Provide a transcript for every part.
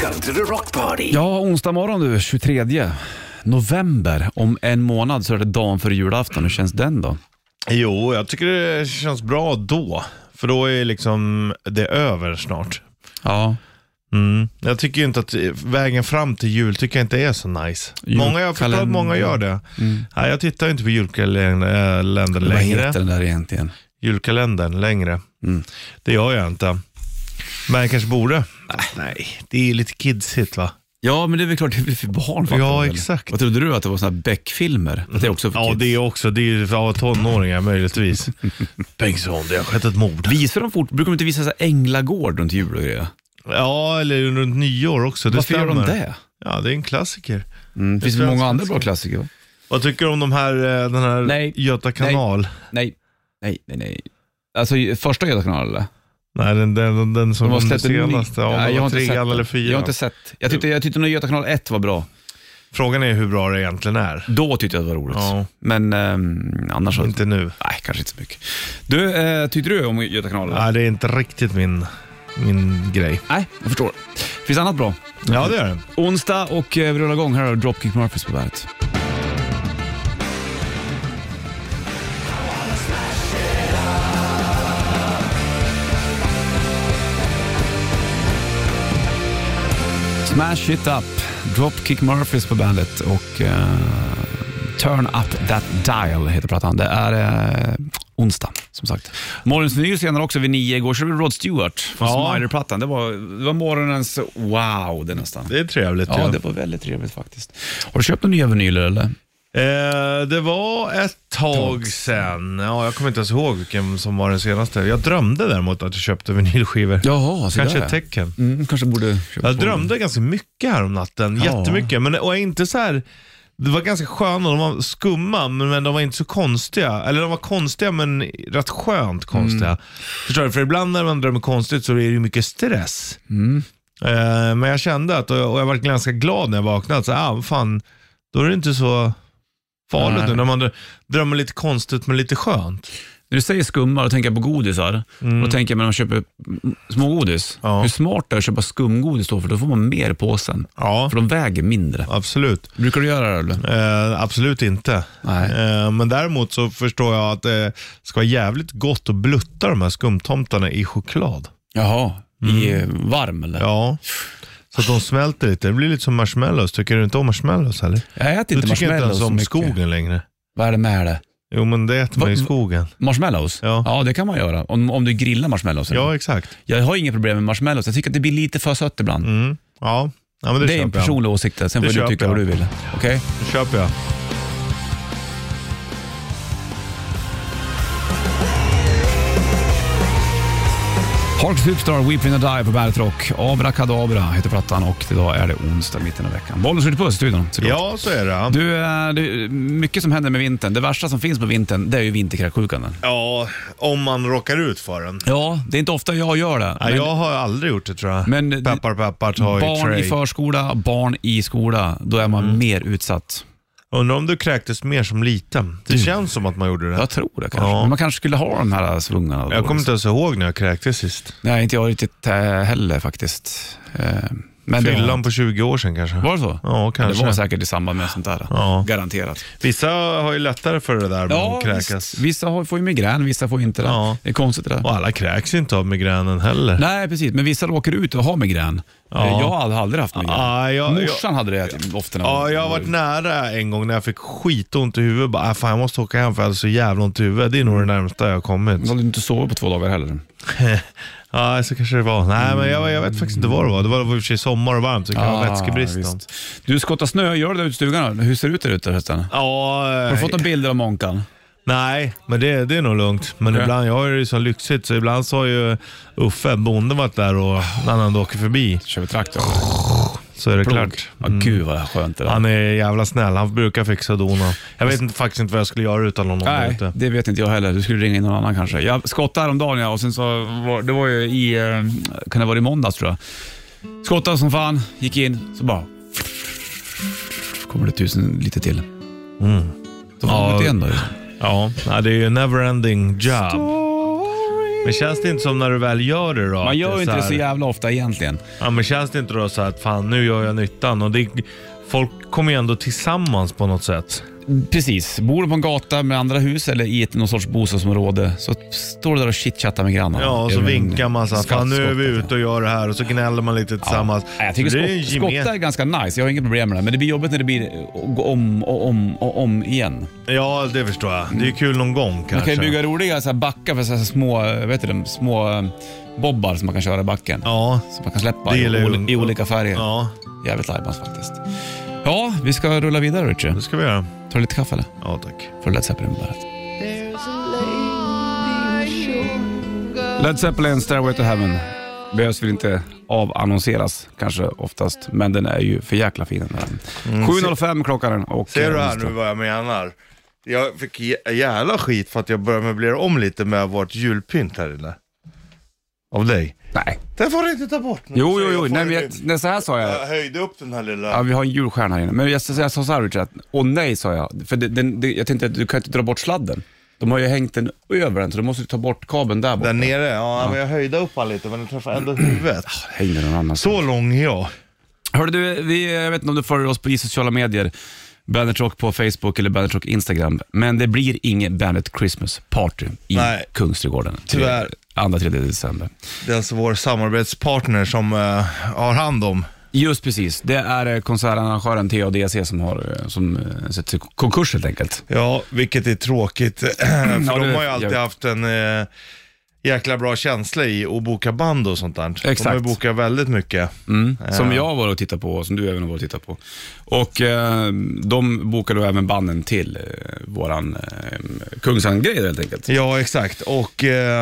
Welcome to the Rock Party. Ja, onsdag morgon du, 23 november. Om en månad så är det dagen för julafton. Hur känns den då? Jo, jag tycker det känns bra då. För då är liksom det över snart. Ja. Jag tycker inte att vägen fram till jul tycker jag inte är så nice. Många, jag förstår att många gör det. Nej, jag tittar inte på julkalendern längre. Vad heter den där egentligen? Julkalendern längre. Det gör jag inte. Men jag kanske borde. Nej, det är lite kidsigt va? Ja, men det är väl klart det är för barn. Ja, exakt. Vad trodde du att det var såna här Beck-filmer? Att det är också för ja, kids? det är också. Det är för tonåringar möjligtvis. Bengtsson, det har skett ett mord. Visar de fort? Brukar de inte visa så här Änglagård runt jul och grejer? Ja, eller runt nyår också. Det Varför stämmer. gör de det? Ja, det är en klassiker. Det finns det många andra bra klassiker, va? Vad tycker du om den här Göta kanal? Nej. Alltså första Göta kanal eller? Nej, den som de har släppt senaste. Ja, jag har inte sett eller 4. Jag har inte sett. Jag tyckte nog Göta kanal 1 var bra. Frågan är hur bra det egentligen är. Då tyckte jag det var roligt. Ja. Men annars inte nu. Nej, kanske inte så mycket. Du, tyckte du om Göta kanal? Nej, det är inte riktigt min grej. Nej, jag förstår. Finns annat bra? Ja, det är det. Onsdag och vi rullar igång. Här har Dropkick Murphys på bandet. Smash It Up, Dropkick Murphys på bandet och Turn Up That Dial heter plattan. Det är onsdag, som sagt. Morgonens ny senare också vid 9 igår så var det Rod Stewart från Smiler-plattan. Det var morgonens wow, det nästan. Det är trevligt. Ja, det var väldigt trevligt faktiskt. Har du köpt några nya vinyler eller? Det var ett tag sen. Ja, jag kommer inte ens ihåg vilken som var den senaste. Jag drömde däremot att jag köpte vinylskivor. Jaha, så kanske där. ett tecken. Kanske borde köpa. Jag drömde ganska mycket här om natten. Jättemycket. Men och inte så här. Det var ganska sköna, de var skumma men de var inte så konstiga. Eller de var konstiga men rätt skönt konstiga. Förstår du? För ibland när man drömmer konstigt så är det ju mycket stress. Men jag kände att, och jag var ganska glad när jag vaknade. Så fan, då är det inte så farligt nu när man drömmer lite konstigt men lite skönt. När du säger skumma och tänker på godisar, då tänker jag när man köper smågodis. Hur smart det är att köpa skumgodis då, för då får man mer på påsen. Ja. För de väger mindre. Absolut. Brukar du göra det eller? Absolut inte. Nej. Men däremot så förstår jag att det ska vara jävligt gott att blutta de här skumtomtarna i choklad. Jaha, i varm eller? Ja. Så att de smälter lite. Det blir lite som marshmallows. Tycker du inte om marshmallows eller? Jag äter inte du tycker marshmallows inte ens om så mycket. skogen längre. Vad är det med det? Jo, men det äter man i skogen. Marshmallows? Ja. Det kan man göra. Om du grillar marshmallows. Eller? Ja, exakt. Jag har inga problem med marshmallows. Jag tycker att det blir lite för sött ibland. Ja, men det är en personlig åsikt. Sen får du tycka vad du vill. Okej? Det köper jag. Hark Superstar, Weep in a Die på Bandet Rock. Abrakadabra heter plattan och idag är det onsdag mitten av veckan. Bollen skjuter på i studion. Ja, så är det. Det är mycket som händer med vintern. Det värsta som finns på vintern, det är ju vinterkräksjukan. Ja, om man råkar ut för den. Ja, det är inte ofta jag gör det. Ja, jag har aldrig gjort det tror jag. Men peppar, ta i barn tray. i förskola, barn i skola, då är man mer utsatt. Undrar om du kräktes mer som liten. Det känns som att man gjorde det. Jag tror det kanske. Men man kanske skulle ha de här svungarna. Jag kommer inte ens ihåg när jag kräktes sist. Nej, inte jag riktigt heller faktiskt. Men Fyllan på 20 år sedan kanske. Var det så? Ja, kanske. Det var säkert i samband med sånt där. Ja. Garanterat. Vissa har ju lättare för det där med att kräkas. Vissa får ju migrän, vissa får inte det. Ja. Det är konstigt det där. Och alla kräks inte av migränen heller. Nej, precis. Men vissa råkar ut och har migrän. Ja. Jag hade aldrig haft migrän. Morsan hade det ofta. Jag har varit nära en gång när jag fick skitont i huvudet. Bara, fan, jag måste åka hem för jag hade så jävla ont i huvudet. Det är nog det närmsta jag har kommit. Du hade inte sovit på 2 dagar heller. Ja, så kanske det var. Nej, men jag vet faktiskt inte vad det var. Det var i och för sig sommar och varmt, så det kan vara vätskebrist. Du skottar snö, gör det ute i stugan. Hur ser det ut där ute hösten? Ja, har du fått några bilder av Månkan? Nej, men det är nog lugnt. Men ibland, jag har ju så lyxigt, så ibland så har ju Uffe, bonden, varit där och när han åker förbi. Kör vi traktor. Så är det klart. Gud vad skönt det där. Han är jävla snäll, han brukar fixa och dona. Jag vet faktiskt inte vad jag skulle göra utan honom. Nej, ute. det vet inte jag heller. Du skulle ringa in någon annan kanske. Jag skottade häromdagen och sen så det var ju kan det vara i måndags tror jag. Skottade som fan, gick in, så bara kommer det 1000 lite till. Så var det igen då. Ja, det är ju en never ending job. Men känns det inte som när du väl gör det då? Man gör ju inte det så här... jävla ofta egentligen. Ja, men känns det inte då så att fan, nu gör jag nyttan? Och folk kommer ju ändå tillsammans på något sätt. Precis. Bor du på en gata med andra hus eller i någon sorts bostadsområde, så står du där och chitchattar med grannarna. Ja, och så vinkar man så här, fan nu är vi ute och gör det här, och så gnäller man lite tillsammans. Ja, jag tycker skotta är ganska nice, jag har inget problem med det, men det blir jobbigt när det blir om igen. Ja, det förstår jag. Det är kul någon gång kanske. Man kan ju bygga roliga så här backar för så här små bobbar som man kan köra i backen. Ja. Så man kan släppa i olika färger. Ja. Jävligt lajbans faktiskt. Ja, vi ska rulla vidare, Richard. Det ska vi göra. Tar du lite kaffe eller? Ja, tack. För Led Zeppelin på bandet. Led Zeppelin, Stairway to Heaven. Behövs väl inte avannonseras kanske oftast, men den är ju för jäkla fin. 7.05 klockan. Och ser du här nu vad jag menar? Jag fick jävla skit för att jag började möblera om lite med vårt julpynt här inne. Av dig. Nej. Det får du inte ta bort. Jo. Nej, så här sa jag. Jag höjde upp den här lilla... Ja, vi har en julstjärna här inne. Men jag sa så här, Richard. Och nej, sa jag. För jag tänkte att du kan inte dra bort sladden. De har ju hängt den över den, så du måste ta bort kabeln där borta. Där nere, ja. Men jag höjde upp han lite, men den träffade ändå huvudet. Hängde någon annan. Så lång är jag. Hörde du, jag vet inte om du följer oss på sociala medier. Bandit Rock på Facebook eller Bandit Rock Instagram. Men det blir ingen Bandit Christmas Party i Kungsträdgården. Tyvärr. 2-3 december. Det är alltså vår samarbetspartner som har hand om. Just precis. Det är konsertarrangören TADC som sätter konkurs helt enkelt. Ja, vilket är tråkigt. För de har ju alltid haft en jäkla bra känsla i att boka band och sånt där. Exakt. De har ju bokat väldigt mycket. Som jag var och tittade på och som du även var och tittade på. Och de bokade då även banden till våran Kungsangrej helt enkelt. Ja, exakt. Och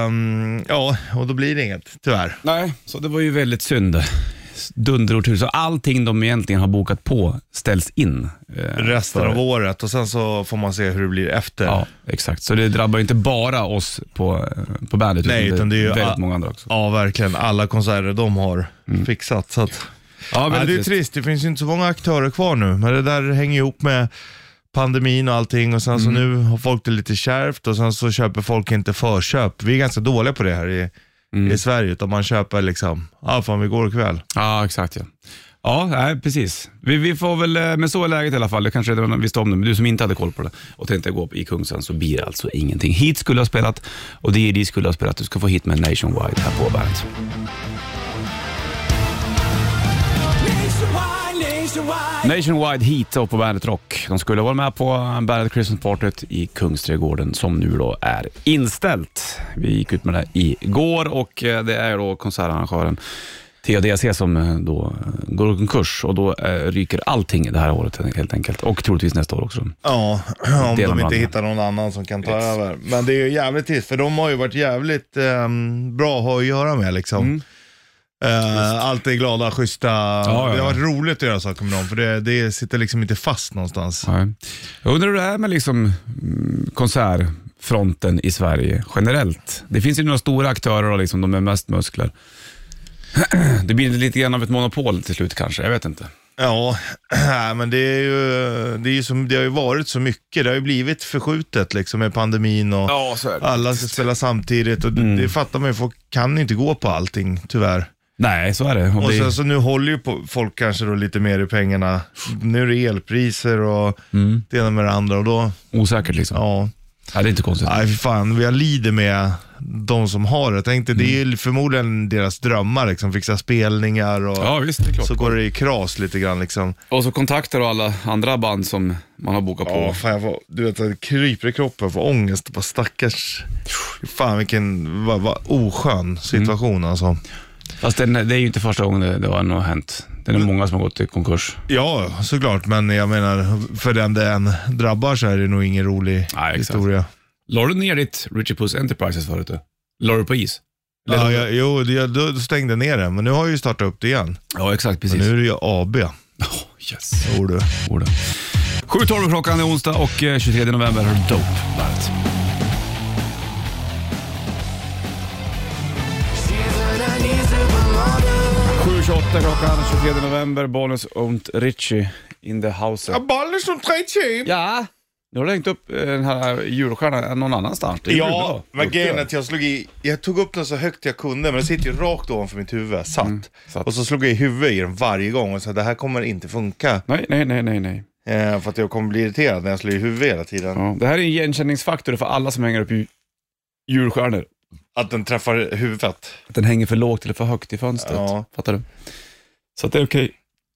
och då blir det inget, tyvärr. Nej, så det var ju väldigt synd. Dunderortur. Så allting de egentligen har bokat på ställs in. Resten av året, och sen så får man se hur det blir efter. Ja, exakt. Så det drabbar inte bara oss på bandet. Nej, utan det är ju väldigt många andra också. Ja, verkligen. Alla konserter de har fixat. Så att, det är trist. Det finns inte så många aktörer kvar nu. Men det där hänger ihop med pandemin och allting. Och sen så nu har folk det lite kärvt. Och sen så köper folk inte förköp. Vi är ganska dåliga på det här i Sverige, utan man köper liksom, fan vi går ikväll. Ja, exakt, ja. Ja, nej, precis. Vi får väl, men så är läget i alla fall. Jag kanske redan visste om det, men du som inte hade koll på det och tänkte gå i Kungsan, så blir det alltså ingenting. Hit skulle ha spelat och D.D. skulle ha spelat. Du ska få hit med Nationwide här på bandet. Nationwide Heat och på Bandet Rock. De skulle vara med på Bandet Christmas Partyt i Kungsträdgården som nu då är inställt. Vi gick ut med det igår och det är då konsertarrangören TADC som då går i konkurs, och då ryker allting det här året helt enkelt, och troligtvis nästa år också. Ja, om de inte hittar någon annan som kan ta över. Men det är ju jävligt trist, för de har ju varit jävligt bra att ha att göra med liksom. Alltid glada, schyssta. Det har varit roligt att göra saker med dem, för det sitter liksom inte fast någonstans. Ja. Jag undrar hur det är med liksom konsertfronten i Sverige generellt. Det finns ju några stora aktörer och liksom de är mest muskler. Det blir lite grann av ett monopol till slut kanske, jag vet inte. Ja, men det har ju varit så mycket. Det har ju blivit förskjutet liksom med pandemin och alla ska spela samtidigt, och det fattar man ju, folk kan inte gå på allting tyvärr. Nej, så är det. Och sen, så nu håller ju folk kanske då lite mer i pengarna. Nu är det elpriser och det ena med det andra, och då... Osäkert liksom. Ja. Ja, det är inte konstigt. Nej, fan, jag lider med de som har det. Jag tänkte, det är ju förmodligen deras drömmar liksom, fixa spelningar och visst, det är klart. Så går det i kras lite grann liksom. Och så kontaktar du alla andra band som man har bokat på. Ja, fan, du vet, det kryper i kroppen för ångest. Bara stackars. Fan, vilken oskön situation alltså. Fast det är ju inte första gången det har nog hänt. Det är många som har gått i konkurs. Ja, såklart. Men jag menar, för den drabbar så är det nog ingen rolig historia. Lade du ner ditt Richie Puss Enterprises förut då? Lade du på is? Då stängde ner det. Men nu har jag ju startat upp det igen. Ja, exakt, precis. Men nu är det ju AB. Yes. 7:12 klockan är onsdag och 23 november har Dope varit. 7:28 klockan 23 november, Bonus und Richie in the house. Ja, Bonus und Richie. Ja, Du har hängt upp den här julstjärnan någon annanstans. Det är Ja, bra. men grejen är att jag tog upp den så högt jag kunde, men det sitter ju rakt ovanför mitt huvud, satt. Och så slog jag i huvudet i den varje gång och sa det här kommer inte funka. Nej. För att jag kommer bli irriterad när jag slår i huvudet hela tiden. Ja, det här är en igenkänningsfaktor för alla som hänger upp i julstjärnor. Att den träffar huvudet. Att den hänger för lågt eller för högt i fönstret. Ja. Fattar du? Så att det är okej.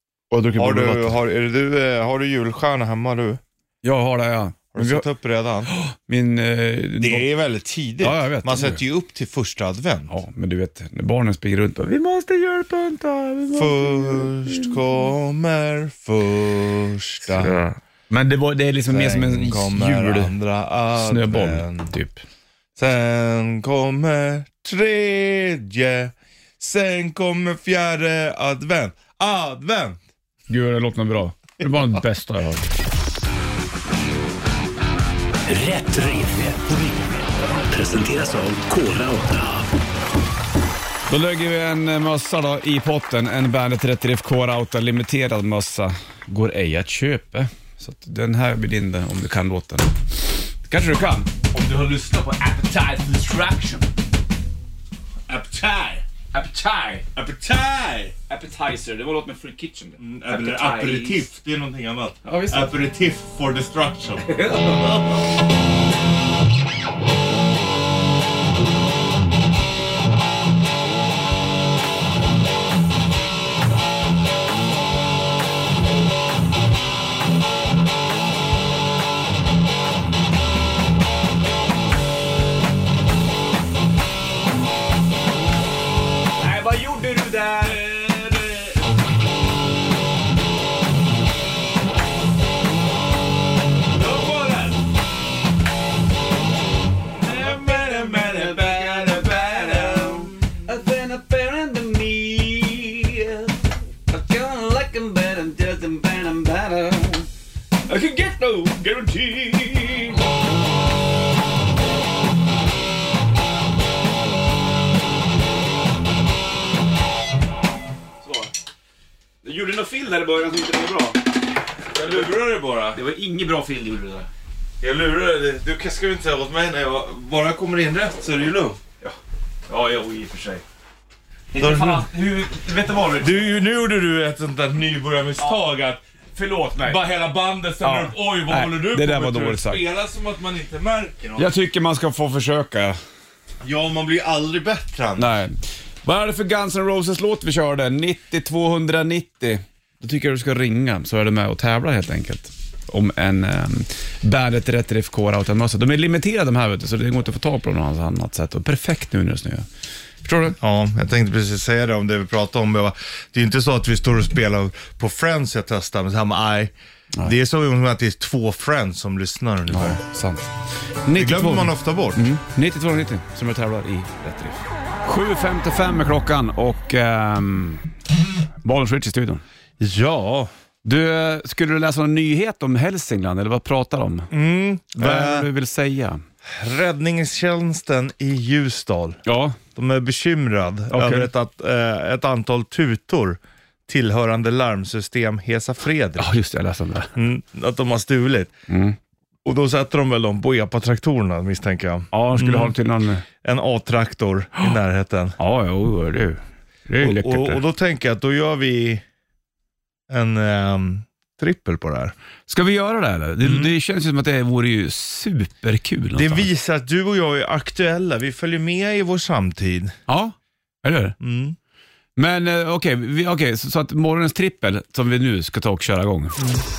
Har du julstjärna hemma du? Jag har det, ja. Har du satt upp redan? Det är väldigt tidigt. Ja, jag vet. Man sätter ju upp till första advent. Ja, men du vet, när barnen springer runt och vi måste julpynta. Först kommer första. Ja. Men det är liksom mer som en julsnöboll, typ. Sen kommer tredje. Sen kommer fjärde advent. Advent! Gud, det låter nog bra. Det är bara det bästa jag har hört. Rätt riff. Presenteras av Kora 8. Då lägger vi en mössa då i potten. En Bandet Rätt Riff Kora 8 limiterad mössa. Går ej att köpa. Så att den här blir din om du kan låten. Kanske du kan. Om du har lyssnat på Appetite for Destruction. Appetizer, det var låt med Free Kitchen. Aperitif, det är någonting annat. Ja, visst. Aperitif for destruction. Nej, vad gjorde du där? I can get no guarantee. Så. Du gjorde något fel där i början som inte var bra. Jag lurade dig bara. Det var inget bra fel du gjorde där. Jag lurade dig. Du ska ju inte säga åt mig när jag bara kommer in rätt så är det ju lugnt. Ja, i och för sig. Inte fan, vet du vad Nu gjorde du ett sånt där nybörjarmisstag att förlåt mig. bara hela bandet ställer upp. Oj, vad håller du på det där med? var dåligt sagt. Spela som att man inte märker något. Jag tycker man ska få försöka. Ja, man blir aldrig bättre. Nej. Vad är det för Guns N' Roses låt vi körde? 90-290. Då tycker jag du ska ringa så är du med och tävlar helt enkelt. Om en Bandet Rätt Riff Kora 8-mössa. De är limiterade de här, vet du, så det går inte att få tag på något annat sätt. Och perfekt nu när det snöar. Förstår du? Ja, jag tänkte precis säga det om det vi pratade om. Det är ju inte så att vi står och spelar på Friends jag testar, men så här med det är så att det är 2 Friends som lyssnar ungefär. Ja, sant. Det glömmer man ofta bort. 9290 som jag tävlar i Rätt Riff. 7.55 är klockan och Bollens Rich i studion. Ja. Du, skulle du läsa en nyhet om Hälsingland eller vad pratar om? Vad är det du vill säga? Räddningstjänsten i Ljusdal. Ja. De är bekymrade över ett antal tutor tillhörande larmsystem Hesa Fredrik. Ja, just det, jag läste om det. Att de har stulit. Och då sätter de väl dem på EPA-traktorerna, misstänker jag. Ja, de skulle ha till någon... En A-traktor i närheten. Ja, jo, det är läckert. Och då tänker jag att då gör vi en trippel på det här. Ska vi göra det eller? Det känns ju som att det vore ju superkul. Det visar att du och jag är aktuella. Vi följer med i vår samtid. Ja, eller? Men okej, så att morgonens trippel som vi nu ska ta och köra igång. 3, 2, 1.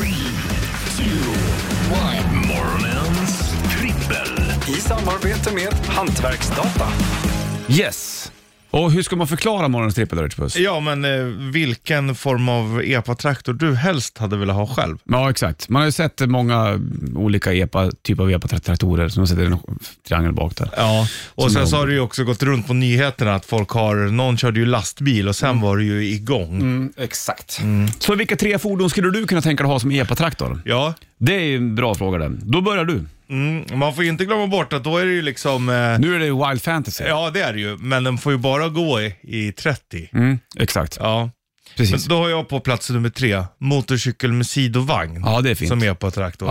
Morgonens trippel. I samarbete med Hantverksdata. Yes. Och hur ska man förklara morgonens trippel, Rich Puss? Ja, men vilken form av EPA-traktor du helst hade velat ha själv? Ja, exakt. Man har ju sett många olika typer av EPA-traktorer som sätter en triangel bak där. Ja, och sen så har det ju också gått runt på nyheterna att någon körde ju lastbil och sen var det ju igång. Exakt. Så vilka 3 fordon skulle du kunna tänka dig ha som EPA-traktor? Ja. Det är en bra fråga den. Då börjar du. Man får inte glömma bort att då är det ju liksom... Nu är det ju Wild Fantasy. Ja, det är det ju. Men den får ju bara gå i 30. Exakt. Ja. Precis. Men då har jag på plats nummer 3 motorcykel med sidovagn. Ja, det är fint. Som är på traktor. Ja.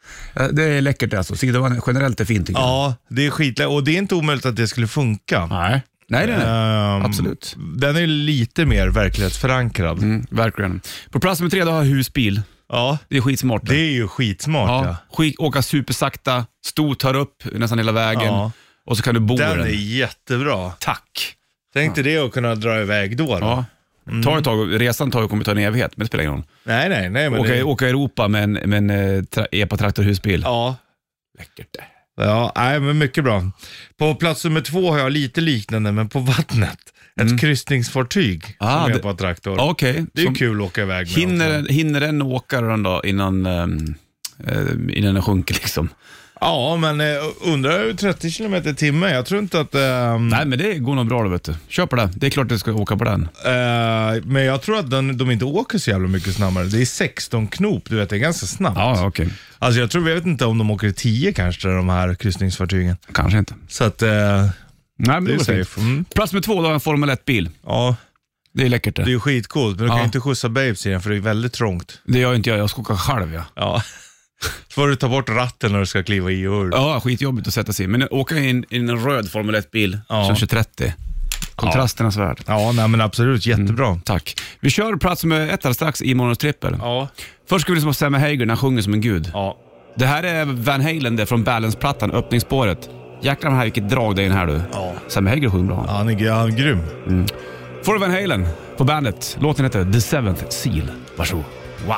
Det är läckert alltså. Sidovan generellt är fint tycker jag. Ja, det är skitlätt. Och det är inte omöjligt att det skulle funka. Nej, absolut. Den är lite mer verklighetsförankrad. Verkligen. På plats nummer 3 då har jag husbil. Ja, Det är skitsmart. det är ju skitsmart. Ja. Åka supersakta, tar upp nästan hela vägen. Ja. Och så kan du bo i Den den. är jättebra. Tack. Tänk dig det att kunna dra iväg då. Ja. Ta ett tag, resan kommer ta en evighet, men det spelar ingen roll. Nej. Men Åka i Europa med en epa-traktorhusbil. Ja. Läckert det. Ja, nej, men mycket bra. På plats nummer 2 har jag lite liknande, men på vattnet. Ett kryssningsfartyg som är på traktor. Okej. Det är kul att åka iväg med. Hinner den åka då innan den sjunker liksom? Ja, men undrar 30 km/h. Jag tror inte att... Nej, men det går nog bra då, vet du. Kör på det. Det är klart att du ska åka på den. Men jag tror att de inte åker så jävla mycket snabbare. Det är 16 knop, du vet, det är ganska snabbt. Ja, okej. Alltså jag vet inte om de åker i 10 kanske, de här kryssningsfartygen. Kanske inte. Så att... Nej, men det är går safe. Plats med 2 då har en Formel 1-bil. Ja, Det är läckert det. det är ju skitcoolt, men du kan ju inte skjussa babes i den för det är väldigt trångt. Det gör inte jag ska åka själv. Ja. Så får du ta bort ratten när du ska kliva i ur. Ja, skitjobbigt att sätta sig i. Men åka in i en röd Formel 1-bil som 2030. Kontrasternas värld. Ja, nej, men absolut. Jättebra. Tack. Vi kör plats med 1 alldeles strax i morgons trippel. Ja. Först ska vi liksom ha Sammy Hagar när han sjunger som en gud. Ja. Det här är Van Halen det från Balance-plattan, öppningsspåret. Jäklar den här, vilket drag det är den här du. Ja. Sammy Hagar sjunger bra. Han är grym. Får du Van Halen på bandet. Låten heter The Seventh Seal. Varsågod. Wow.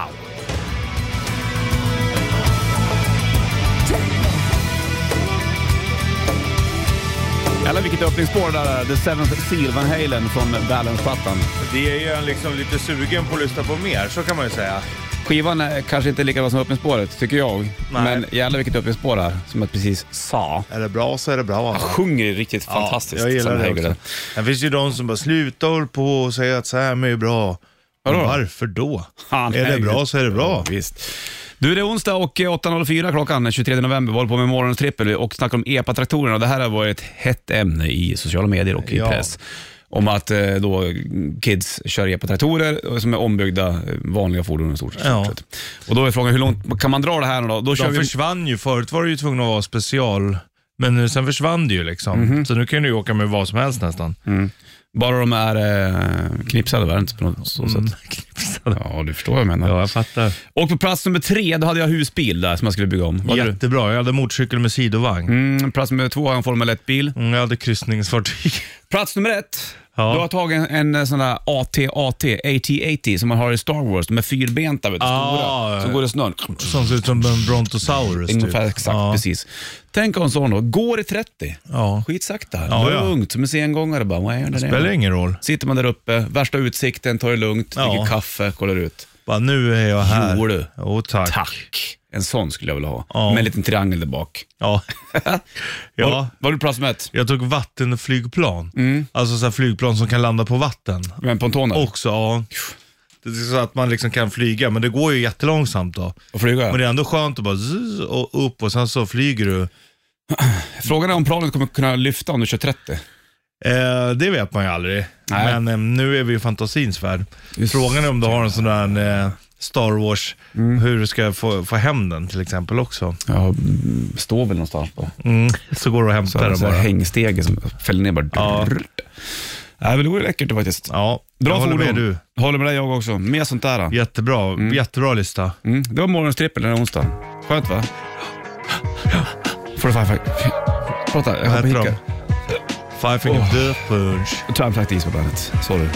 Eller vilket öppningsspår där är. The Seventh Seal, Van Halen från Balance-plattan. Det är ju en liksom lite sugen på att lyssna på mer, så kan man ju säga. Skivan är kanske inte lika bra som öppningsspåret, tycker jag. Nej. Men jävlar vilket öppningsspår är, som jag precis sa. Är det bra så är det bra. Han sjunger riktigt fantastiskt. Jag gillar Sam det Hagar. också. Det finns ju de som bara slutar på och säger att så här är bra. Vadå? Varför då? Han är det bra så är det bra. Ja, visst. Du, det är onsdag och 8.04 klockan 23 november. Vi håller på med morgonens trippel och snackar om epa-traktorerna. Det här har varit ett hett ämne i sociala medier och i press. Om att då kids kör epa-traktorer som är ombyggda vanliga fordon i stort sett. Och då är frågan, hur långt kan man dra det här då? De försvann ju, förut var det ju tvungna att vara special. Men nu, sen försvann det ju liksom. Så nu kan du ju åka med vad som helst nästan. Bara de är knipsade, var det inte på något så sätt? Knipsade. Ja, du förstår vad jag menar. Ja, jag fattar. Och på plats nummer 3, då hade jag husbil där som jag skulle bygga om. Jättebra, jag hade motorcykel med sidovagn. Plats nummer 2 har jag en Formel 1-bil. Jag hade kryssningsfartyg. Plats nummer 1, du har tagit en sån där AT-80 som man har i Star Wars. De är fyrbenta, vet du, stora, som går i snön. Som ser ut som en brontosaurus. Ungefär exakt, precis. Tänk om en sån då, går i 30. Skitsakta, lugnt, som en sengångare bara. Det spelar ingen roll. Sitter man där uppe, värsta utsikten, tar det lugnt, dricker kaffe, kollar ut. Bara, nu är jag här. Jo du. Tack. Tack. En sån skulle jag vilja ha. Med en liten triangel där bak. Ja. Var du plats med ett? Jag tog vattenflygplan. Alltså så här flygplan som kan landa på vatten. Med pontoner? Också, ja. Det är så att man liksom kan flyga, men det går ju jättelångsamt då. Och flyga? Men det är ändå skönt att bara zzz, och upp och sen så flyger du. Frågan är om planet kommer kunna lyfta om du kör 30. Det vet man ju aldrig. Nej. Men nu är vi i fantasins värld. Frågan är om du har en sån där Star Wars, hur du ska få hem den till exempel också. Ja, står väl någonstans bara. Så går du och hämtar den bara. Hängstege som fäller ner bara. Ja. Nej, men det går läckert faktiskt. Ja, bra håller fordon. med du. Håller med dig jag också. Mer sånt där. Jättebra, jättebra lista. Det var morgonens trippel den här onsdag. Skönt va? Får du prata, jag har på hicka. Five Finger Death Punch. Time is på bandet. Sorry.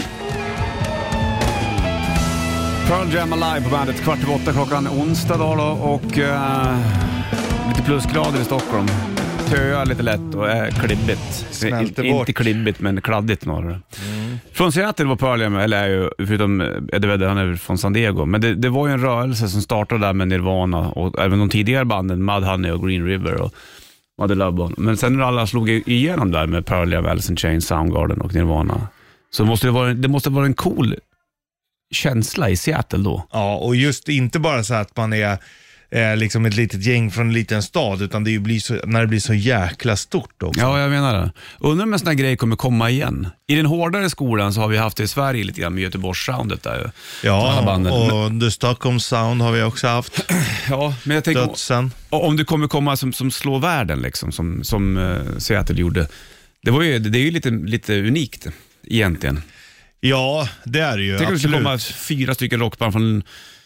Pearl Jam Alive på bandet. 7:15 klockan onsdag dag då. Och lite plusgrader i Stockholm. Töar lite lätt och är klibbigt. Inte klibbigt men kladdigt snarare. Från Seattle var Pearl Jam, eller är ju, förutom Eddie Vedder, han är från San Diego. Men det var ju en rörelse som startade där med Nirvana och även de tidigare banden Mudhoney och Green River och Mother Love Bone. Men sen när alla slog igenom där med Pearl Jam, Alice in Chains, Soundgarden och Nirvana, så det måste vara en cool känsla i Seattle då. Ja, och just inte bara så att man är liksom ett litet gäng från en liten stad, utan det blir så, när det blir så jäkla stort också. Ja, jag menar det. Undrar om en sån här grej kommer komma igen. I den hårdare skolan så har vi haft det i Sverige lite grann med Göteborgs-soundet där ju. Ja, och The Stockholm Sound har vi också haft. Ja, men jag tänker Dödsen. om det kommer komma som slår världen liksom, som Seattle gjorde. Det är ju lite unikt egentligen. Ja, det är det ju. Tänk om det skulle komma 4 stycken rockband från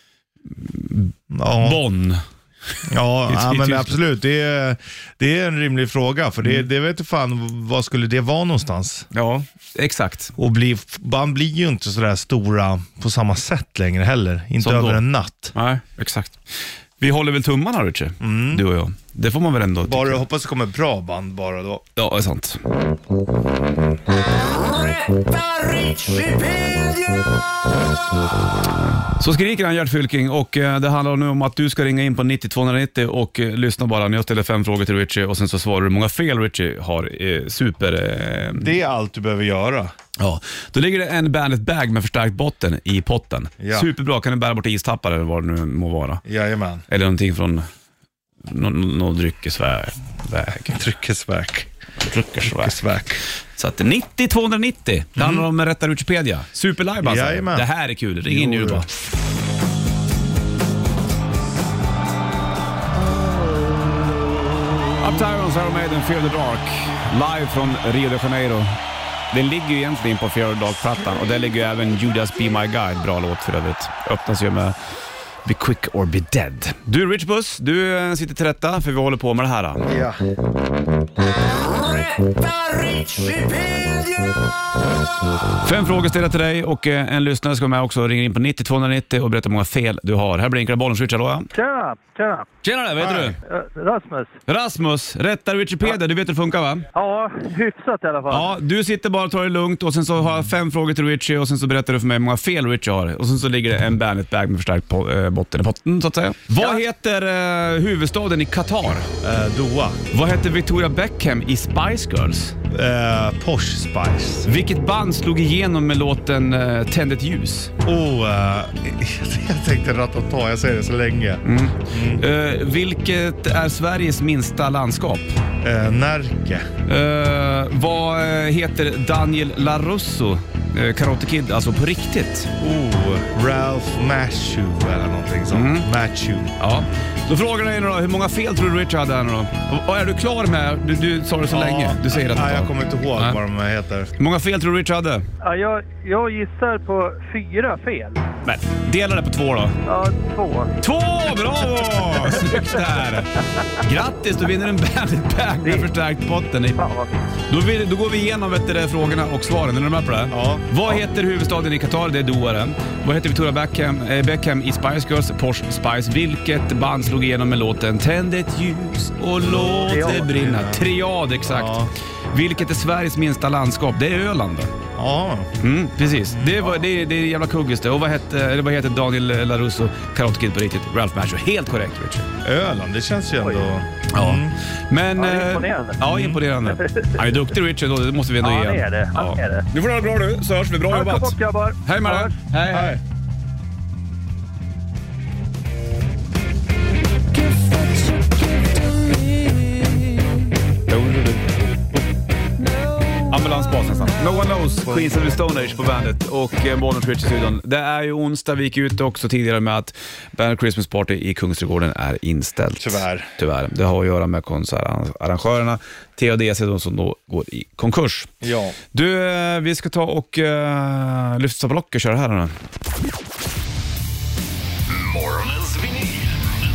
Bonn. Ja, men absolut. Det är en rimlig fråga, för det vet du fan, vad skulle det vara någonstans? Ja, exakt. Och band blir ju inte sådär stora på samma sätt längre heller. Inte Som över då. en natt. Nej, exakt. Vi håller väl tummarna, Richie, du och jag. Det får man väl ändå Bara tycka. hoppas det kommer bra band bara då. Ja, det är sant. Så skriker han, Gert Fylking, och det handlar nu om att du ska ringa in på 90-290 och lyssna bara när jag ställer 5 frågor till Richie, och sen så svarar du hur många fel Richie har. Super. Det är allt du behöver göra. Ja, då ligger det en Bandit bag med förstärkt botten i potten. Ja. Superbra, kan du bära bort istappar eller vad det nu må vara. Jajamän. Eller någonting från någon dryckesväg. Dryckesverk. Så att 90-290, det handlar om Rätta Wikipedia. Superlive alltså. Jajamän. Det här är kul, ring in nu bara. Up Tyrons, Iron Maiden, Fear the Dark, live från Rio de Janeiro. Den ligger ju egentligen på Fear the Dark-plattan, och där ligger ju även Judas Be My Guide, bra låt för övrigt. Öppnas ju med Be Quick or Be Dead. Du, Rich Buss, du sitter till rätta, för vi håller på med det här. Ja. 5 frågor ställda till dig, och en lyssnare ska med också. Ringer in på 90-290 och berättar hur många fel du har. Här blinkar bollen, Richard. Tjena. Tjena där, vet du? Rasmus, Rätta Wikipedia, du vet hur det funkar, va? Ja, hyfsat i alla fall. Ja, du sitter bara och tar det lugnt, och sen så har jag 5 frågor till Richie, och sen så berättar du för mig hur många fel Richie har. Och sen så ligger det en Bandit bag med förstärkt botten i potten, så att säga. Vad heter huvudstaden i Qatar? Doha. Vad heter Victoria Beckham i Spice Girls? Posh Spice. Vilket band slog igenom med låten Tänd ett ljus? Jag tänkte Ratata, jag säger det så länge. Vilket är Sveriges minsta landskap? Närke. Vad heter Daniel LaRusso, Karate Kid, alltså på riktigt? Ralph Macchio eller någonting sånt. Macchio. Ja. Då frågar jag dig nu då, hur många fel tror du Richard hade här nu då? Och är du klar med? Du sa det så länge. Du säger att jag kommer inte ihåg vad de heter. Hur många fel tror du Richard hade? Ja, jag gissar på 4 fel. Men, dela det på 2 då. Ja, 2. 2, bravo! Snyggt där. Grattis, du vinner en Bandit bag med förstärkt botten. Fan vad fint. Då går vi igenom frågorna och svaren. Är du med på det? Ja. Vad heter huvudstaden i Qatar? Det är Doha. Vad heter Victoria Beckham i Spice Girls? Posh Spice. Vilket band slog igenom med låten Tänd ett ljus och låt det brinna? Triad, exakt. Ja. Vilket är Sveriges minsta landskap? Det är Öland. Ja. Precis. Det är jävla kuggis det. Och vad heter Daniel LaRusso, Karate Kid på riktigt? Ralph Macchio. Helt korrekt, Richard. Öland, det känns ju ändå... Ja. Men, imponerande. Ja, imponerande. Han är duktig, Richard, då. Det måste vi ändå ge. Ja, det är det. Ja. Nu får du ha det bra du, så hörs vi. Bra jobbat. Bort, grabbar. Hej med dig. Hej. Ambulansbas nästan. No One Knows, Queens of the Stone Age på bandet och Bollnäs Twitch i studion. Det är ju onsdag, vi gick ut också tidigare med att Bandit Christmas Party i Kungsträdgården är inställt. Tyvärr. Det har att göra med konsertarrangörerna THDC som då går i konkurs. Ja. Du, vi ska ta och lyfta på lock och köra här nu. Morgonens vinyl.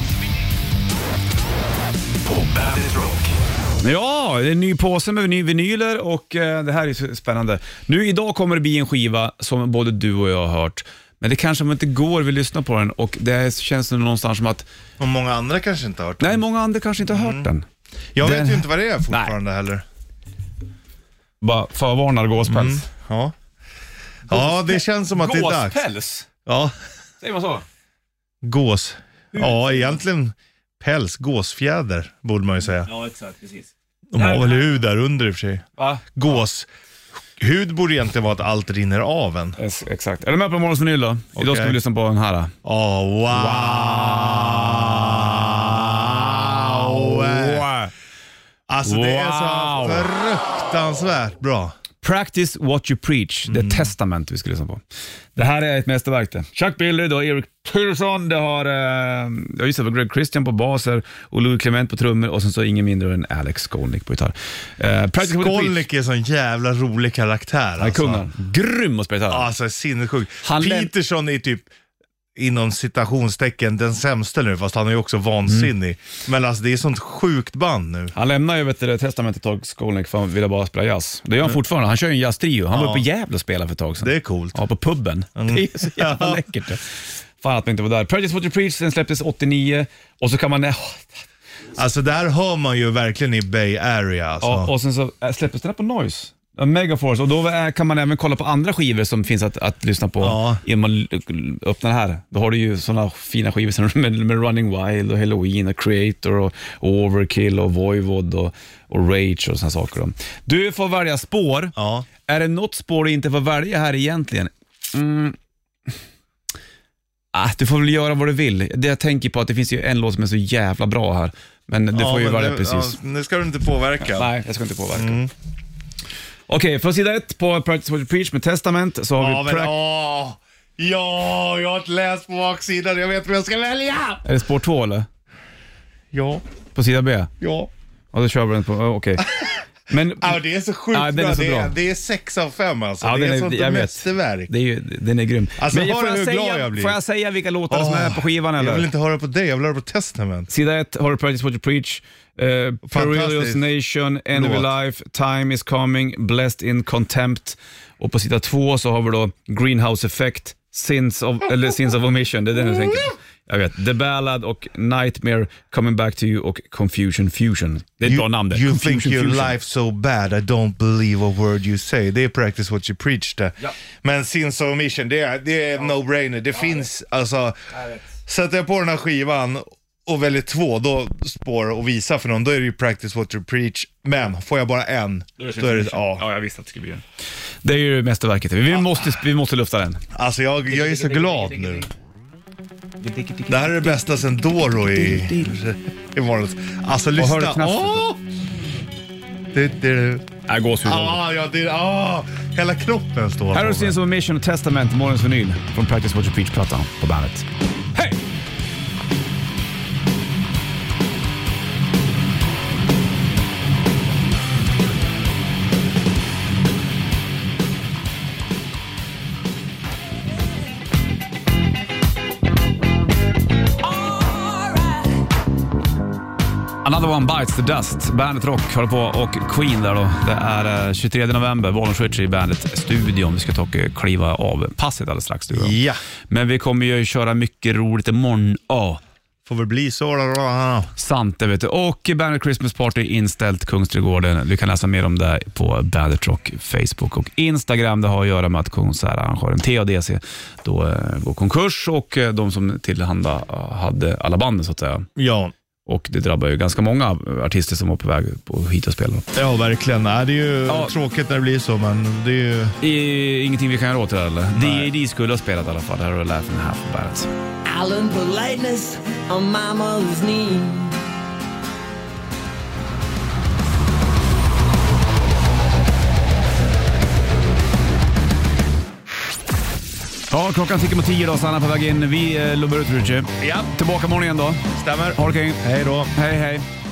På Bandit Rock. Ja, det är en ny påse med vinyler och det här är så spännande. Nu idag kommer det bli en skiva som både du och jag har hört. Men det kanske inte går vi lyssnar på den och det känns någonstans som att... Och många andra kanske inte har hört den. Nej, många andra kanske inte har hört den. Jag vet ju inte vad det är fortfarande heller. Bara förvarnar gåspäls. Ja. Ja, det känns som att det är dags. Gåspäls? Ja. Säger man så? Gås. Ja, egentligen päls, gåsfjäder borde man ju säga. Ja, exakt, precis. De har väl hud där under i och för sig. Va? Gås. Hud borde egentligen vara att allt rinner av en. Exakt. Är du med på morgons vinyl då? Idag ska vi lyssna på den här. Wow. Alltså det är så Wow. fruktansvärt bra. Practice What You Preach, det Testament vi ska lyssna på. Det här är ett mästerverk det. Chuck Billy, då Eric Pearson, det har jag gissar på Greg Christian på baser och Louis Clement på trummor och sen så ingen mindre än Alex Skolnick på gitarr. Practice What You Preach. Skolnick är en sån jävla rolig karaktär. Han är kungen. Grym att spela gitarr. Alltså sinnessjukt. Han Peterson är typ inom citationstecken den sämsta nu, fast han är ju också vansinnig. Men alltså det är sånt sjukt band nu. Han lämnar ju Testament ett tag, Skolnick, för han ville bara spela jazz. Det gör han fortfarande. Han kör ju en jazztrio. Han var uppe i Gävle och spelade för ett tag sedan. Det är coolt. Ja, på puben. Det är så jävla läckert. Fan att man inte var där. Practice What You Preach, den släpptes 89 och så kan man... Alltså där hör man ju verkligen i Bay Area. Alltså. Ja, och sen så släpptes den här på Noise. Megaforce, och då kan man även kolla på andra skivor som finns att lyssna på innan man öppnar här. Då har du ju sådana fina skivor som med Running Wild och Halloween och Creator och Overkill och Voivod och Rage och sådana saker. Du får välja spår. Ja. Är det något spår du inte får välja här egentligen? Du får väl göra vad du vill. Det jag tänker på att det finns ju en låt som är så jävla bra här. Men det får ju välja precis. Ja, nu ska du inte påverka. Nej, jag ska inte påverka. Okej, från sida 1 på Practice What You Preach med Testament så har vi... jag har inte läst på baksidan. Jag vet vad jag ska välja. Är det spår 2 eller? Ja. På sida B? Ja. Ja, då kör vi den på... Okej. Men... Ja, det är så sjukt den bra. är så bra. Det är 6 av 5 alltså. Ja, det är jag sånt vet. mästerverk. Den är grym. Alltså, Men hör du hur glad jag blir? får jag säga vilka låtar som är på skivan eller? Jag vill inte höra på dig, jag vill höra på Testament. Sida 1 har du Practice What You Preach, Perilous Nation, End of Your Life, Time Is Coming, Blessed in Contempt. Och på sida 2 så har vi då Greenhouse Effect, Sins of Omission, det är den jag tänker. Jag vet, The Ballad och Nightmare, Coming Back to You och Confusion Fusion. Det är ett bra namn det. You Confusion think your Fusion. life so bad, I don't believe a word you say. Det är Practice What You Preach det. Ja. Men Sins of Omission, det är no-brainer. Det finns, alltså, sätter jag på den här skivan och väljer 2, då spår och visa för någon, då är det ju Practice What You Preach. Men får jag bara en, då är det ja, jag visste att det skulle bli det. Det är ju mästerverket. Vi måste lufta den. Alltså jag är så glad nu. Det här är det bästa sen Doro i morgon. Alltså lyssna. hör du knappet? Gåshud. Hela kroppen står Här har på du Sins of Omission och Testament, morgonens vinyl från Practice What You Preach-plattan på bandet. Hej! Another One Bites the Dust. Bandet Rock håller på och Queen där då. Det är 23 november, Bollnäs Ritchie i Bandet-studion. Vi ska ta och kliva av passet alldeles strax. Du. Ja. Men vi kommer ju köra mycket roligt imorgon. Får väl bli så då. Sant det vet du. Och Bandet Christmas Party inställt Kungsträdgården. Du kan läsa mer om det på Bandet Rock, Facebook och Instagram. Det har att göra med att konsertarrangören TADC då går konkurs och de som tillhanda hade alla banden så att säga. Ja. Och det drabbar ju ganska många artister som var på väg på hit och spela. Ja, verkligen. Det är ju tråkigt när det blir så, men det är ju... Ingenting vi kan göra åt det eller? D.A.D. skulle ha spelat i alla fall. Det här har du lärt mig här på Bandet. I learned politeness on my mother's knee. Ja, klockan tickar mot 10 då, Sanna på väg in. Vi lubbar ut Richie. Ja. Tillbaka imorgon igen då. Stämmer. Ha det kring. Hej då. Hej, hej.